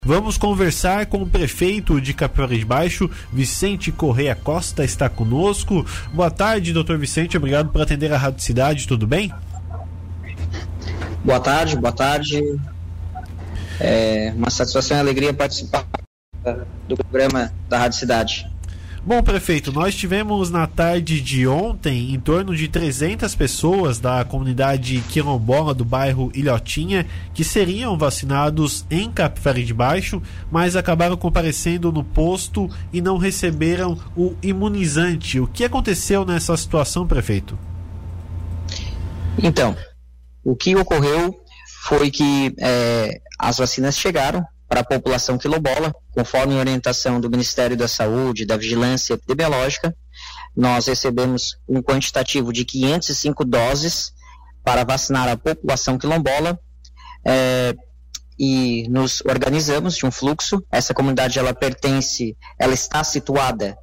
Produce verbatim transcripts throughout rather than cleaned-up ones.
Vamos conversar com o prefeito de Capivari de Baixo, Vicente Correia Costa, está conosco. Boa tarde, doutor Vicente, obrigado por atender a Rádio Cidade, tudo bem? Boa tarde, boa tarde. É uma satisfação e alegria participar do programa da Rádio Cidade. Bom, prefeito, nós tivemos na tarde de ontem em torno de trezentas pessoas da comunidade quilombola do bairro Ilhotinha que seriam vacinados em Capivari de Baixo, mas acabaram comparecendo no posto e não receberam o imunizante. O que aconteceu nessa situação, prefeito? Então, o que ocorreu foi que é, as vacinas chegaram para a população quilombola, conforme a orientação do Ministério da Saúde, da Vigilância Epidemiológica. Nós recebemos um quantitativo de quinhentas e cinco doses para vacinar a população quilombola é, e nos organizamos de um fluxo. Essa comunidade, ela pertence, ela está situada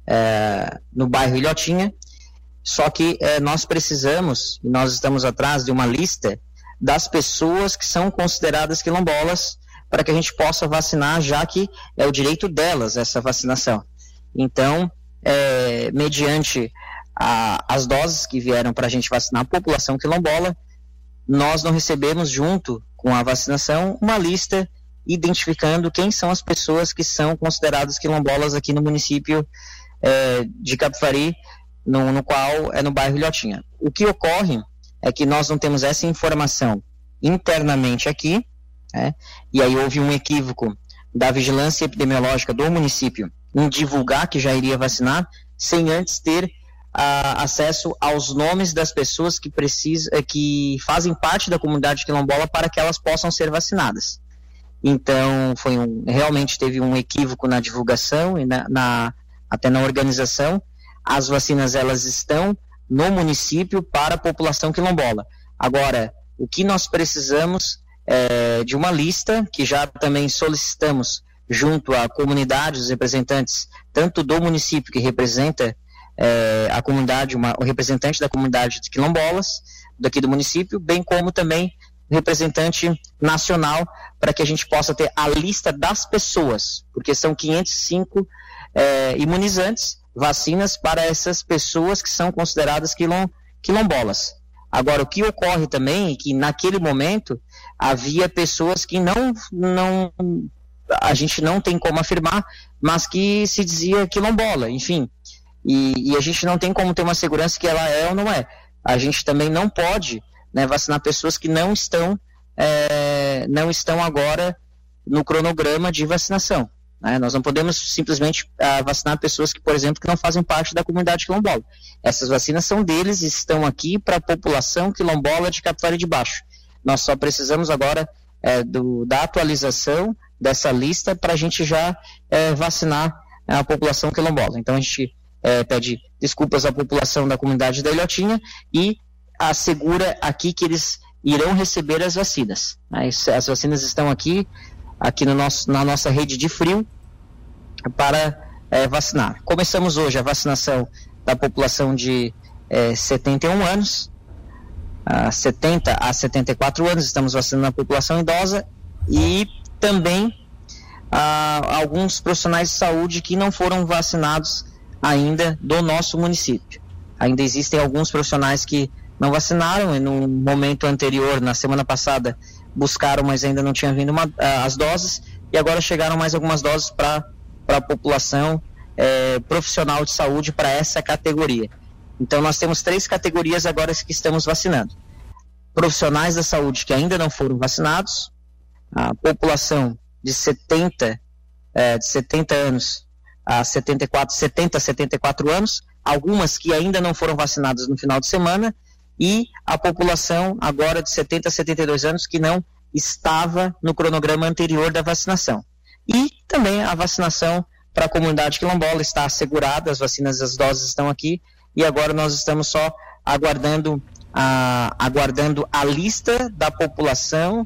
é, no bairro Ilhotinha, só que é, nós precisamos, nós estamos atrás de uma lista das pessoas que são consideradas quilombolas, para que a gente possa vacinar, já que é o direito delas essa vacinação. Então, é, mediante a, as doses que vieram para a gente vacinar a população quilombola, nós não recebemos, junto com a vacinação, uma lista identificando quem são as pessoas que são consideradas quilombolas aqui no município é, de Capivari, no, no qual é no bairro Ilhotinha. O que ocorre é que nós não temos essa informação internamente aqui, É, e aí houve um equívoco da vigilância epidemiológica do município em divulgar que já iria vacinar, sem antes ter a, acesso aos nomes das pessoas que, precisam, que fazem parte da comunidade quilombola para que elas possam ser vacinadas. Então, foi um, realmente teve um equívoco na divulgação e na, na, até na organização. As vacinas, elas estão no município para a população quilombola. Agora, o que nós precisamos É, de uma lista que já também solicitamos junto à comunidade, os representantes tanto do município, que representa é, a comunidade, uma, o representante da comunidade de quilombolas daqui do município, bem como também o representante nacional, para que a gente possa ter a lista das pessoas, porque são quinhentos e cinco é, imunizantes, vacinas para essas pessoas que são consideradas quilom, quilombolas. Agora, o que ocorre também é que naquele momento havia pessoas que não, não, a gente não tem como afirmar, mas que se dizia quilombola, enfim, e, e a gente não tem como ter uma segurança que ela é ou não é. A gente também não pode, né, vacinar pessoas que não estão, é, não estão agora no cronograma de vacinação. Né? Nós não podemos simplesmente uh, vacinar pessoas que, por exemplo, que não fazem parte da comunidade quilombola. Essas vacinas são deles e estão aqui para a população quilombola de Capivari de Baixo. Nós só precisamos agora é, do, da atualização dessa lista para a gente já é, vacinar a população quilombola. Então a gente é, pede desculpas à população da comunidade da Ilhotinha e assegura aqui que eles irão receber as vacinas. As, as vacinas estão aqui, aqui no nosso, na nossa rede de frio para é, vacinar. Começamos hoje a vacinação da população de é, setenta e um anos, a setenta a setenta e quatro anos, estamos vacinando a população idosa e também a, alguns profissionais de saúde que não foram vacinados ainda do nosso município. Ainda existem alguns profissionais que não vacinaram e no momento anterior, na semana passada, buscaram, mas ainda não tinha vindo uma, as doses, e agora chegaram mais algumas doses para a população é, profissional de saúde para essa categoria. Então nós temos três categorias agora que estamos vacinando: profissionais da saúde que ainda não foram vacinados, a população de setenta, é, de setenta anos a setenta e quatro, setenta a setenta e quatro anos, algumas que ainda não foram vacinadas no final de semana, e a população agora de setenta a setenta e dois anos que não estava no cronograma anterior da vacinação. E também a vacinação para a comunidade quilombola está assegurada, as vacinas, as doses estão aqui, e agora nós estamos só aguardando a, aguardando a lista da população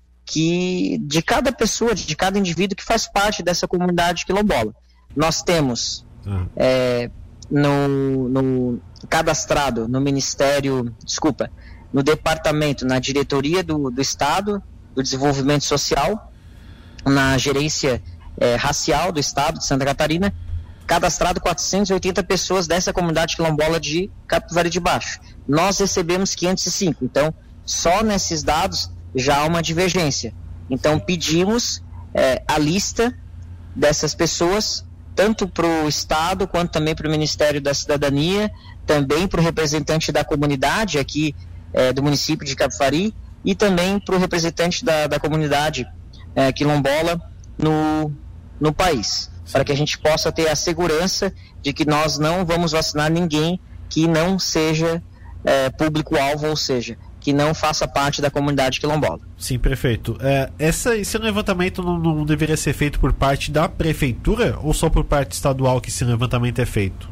que, de cada pessoa, de cada indivíduo que faz parte dessa comunidade quilombola. Nós temos uhum. é, no, no cadastrado no Ministério, desculpa, no departamento, na diretoria do, do Estado do Desenvolvimento Social, na gerência é, racial do estado de Santa Catarina, cadastrado quatrocentas e oitenta pessoas dessa comunidade quilombola de Capivari de Baixo. Nós recebemos quinhentos e cinco, então só nesses dados já há uma divergência. Então pedimos é, a lista dessas pessoas, tanto para o Estado quanto também para o Ministério da Cidadania, também para o representante da comunidade aqui é, do município de Capivari e também para o representante da, da comunidade é, quilombola no, no país, para que a gente possa ter a segurança de que nós não vamos vacinar ninguém que não seja é, público-alvo, ou seja, que não faça parte da comunidade quilombola. Sim, prefeito. É, essa, esse levantamento não, não deveria ser feito por parte da prefeitura ou só por parte estadual que esse levantamento é feito?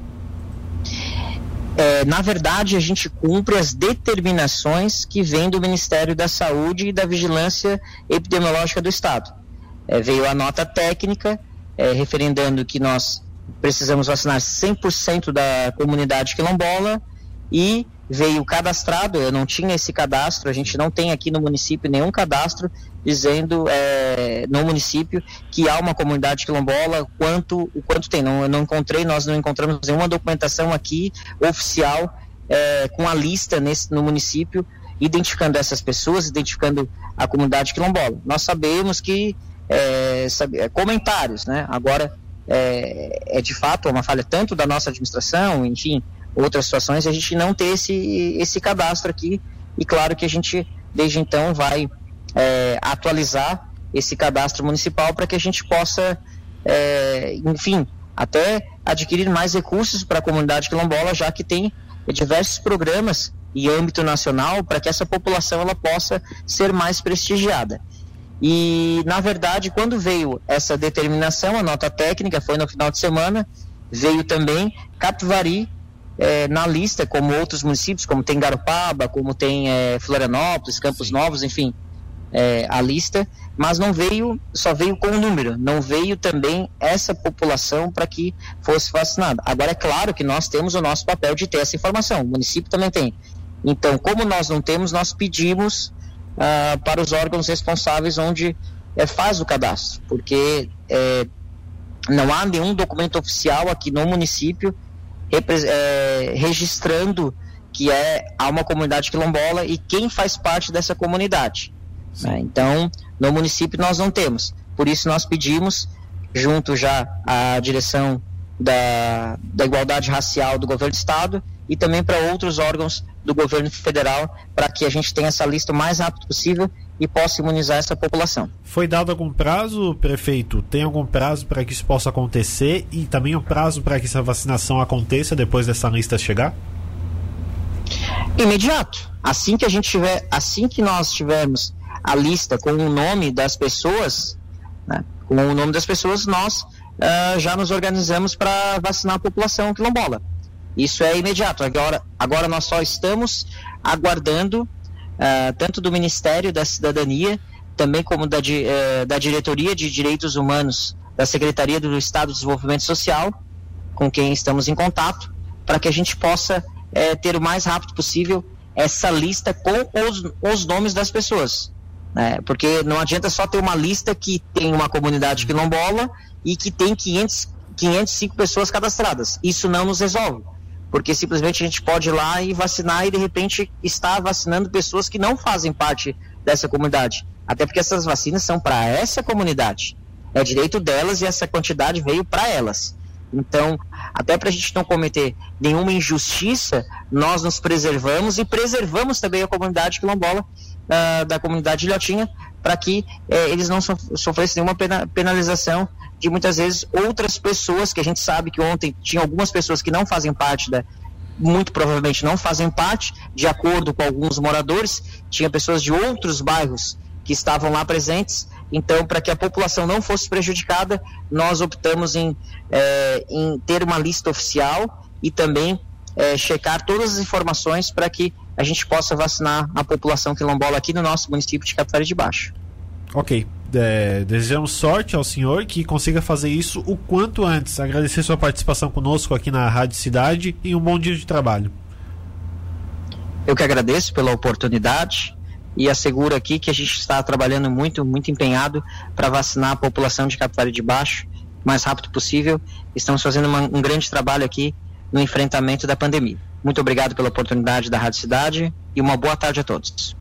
É, na verdade, a gente cumpre as determinações que vêm do Ministério da Saúde e da Vigilância Epidemiológica do Estado. É, veio a nota técnica é, referendando que nós precisamos vacinar cem por cento da comunidade quilombola e veio cadastrado, eu não tinha esse cadastro, a gente não tem aqui no município nenhum cadastro dizendo é, no município que há uma comunidade quilombola, quanto, o quanto tem, não, eu não encontrei, nós não encontramos nenhuma documentação aqui oficial é, com a lista nesse, no município, identificando essas pessoas, identificando a comunidade quilombola. Nós sabemos que é, sabe, comentários, né? Agora é, é de fato uma falha tanto da nossa administração, enfim, outras situações, a gente não ter esse, esse cadastro aqui, e claro que a gente desde então vai é, atualizar esse cadastro municipal para que a gente possa é, enfim, até adquirir mais recursos para a comunidade quilombola, já que tem diversos programas em âmbito nacional para que essa população ela possa ser mais prestigiada. E na verdade, quando veio essa determinação, a nota técnica foi no final de semana, veio também Capivari É, na lista, como outros municípios, como tem Garopaba, como tem é, Florianópolis, Campos Sim. Novos, enfim, é, a lista, mas não veio, só veio com o número, não veio também essa população para que fosse vacinada. Agora é claro que nós temos o nosso papel de ter essa informação, o município também tem. Então, como nós não temos, nós pedimos ah, para os órgãos responsáveis onde é, faz o cadastro, porque é, não há nenhum documento oficial aqui no município É, registrando que é, há uma comunidade quilombola e quem faz parte dessa comunidade, né? Então, no município nós não temos, por isso nós pedimos, junto já à direção da, da igualdade racial do governo do estado e também para outros órgãos do governo federal, para que a gente tenha essa lista o mais rápido possível e possa imunizar essa população. Foi dado algum prazo, prefeito? Tem algum prazo para que isso possa acontecer e também um prazo para que essa vacinação aconteça depois dessa lista chegar? Imediato. Assim que a gente tiver, assim que nós tivermos a lista com o nome das pessoas, né, com o nome das pessoas, nós uh, já nos organizamos para vacinar a população quilombola. Isso é imediato. Agora, agora nós só estamos aguardando Uh, tanto do Ministério da Cidadania, também como da, uh, da Diretoria de Direitos Humanos da Secretaria do Estado de Desenvolvimento Social, com quem estamos em contato, para que a gente possa uh, ter o mais rápido possível essa lista com os, os nomes das pessoas, né? Porque não adianta só ter uma lista que tem uma comunidade quilombola e que tem quinhentas, quinhentas e cinco pessoas cadastradas. Isso não nos resolve, porque simplesmente a gente pode ir lá e vacinar e de repente está vacinando pessoas que não fazem parte dessa comunidade, até porque essas vacinas são para essa comunidade, é direito delas e essa quantidade veio para elas. Então, até para a gente não cometer nenhuma injustiça, nós nos preservamos e preservamos também a comunidade quilombola, uh, da comunidade ilhotinha, para que eh, eles não sof- sofressem nenhuma pena- penalização de muitas vezes outras pessoas, que a gente sabe que ontem tinha algumas pessoas que não fazem parte da, muito provavelmente não fazem parte, de acordo com alguns moradores, tinha pessoas de outros bairros que estavam lá presentes. Então, para que a população não fosse prejudicada, nós optamos em, é, em ter uma lista oficial e também é, checar todas as informações para que a gente possa vacinar a população quilombola aqui no nosso município de Capivari de Baixo. Ok, é, desejamos sorte ao senhor, que consiga fazer isso o quanto antes. Agradecer sua participação conosco aqui na Rádio Cidade e um bom dia de trabalho. Eu que agradeço pela oportunidade, e asseguro aqui que a gente está trabalhando muito, muito empenhado para vacinar a população de Capivari de Baixo o mais rápido possível. Estamos fazendo uma, um grande trabalho aqui no enfrentamento da pandemia. Muito obrigado pela oportunidade da Rádio Cidade e uma boa tarde a todos.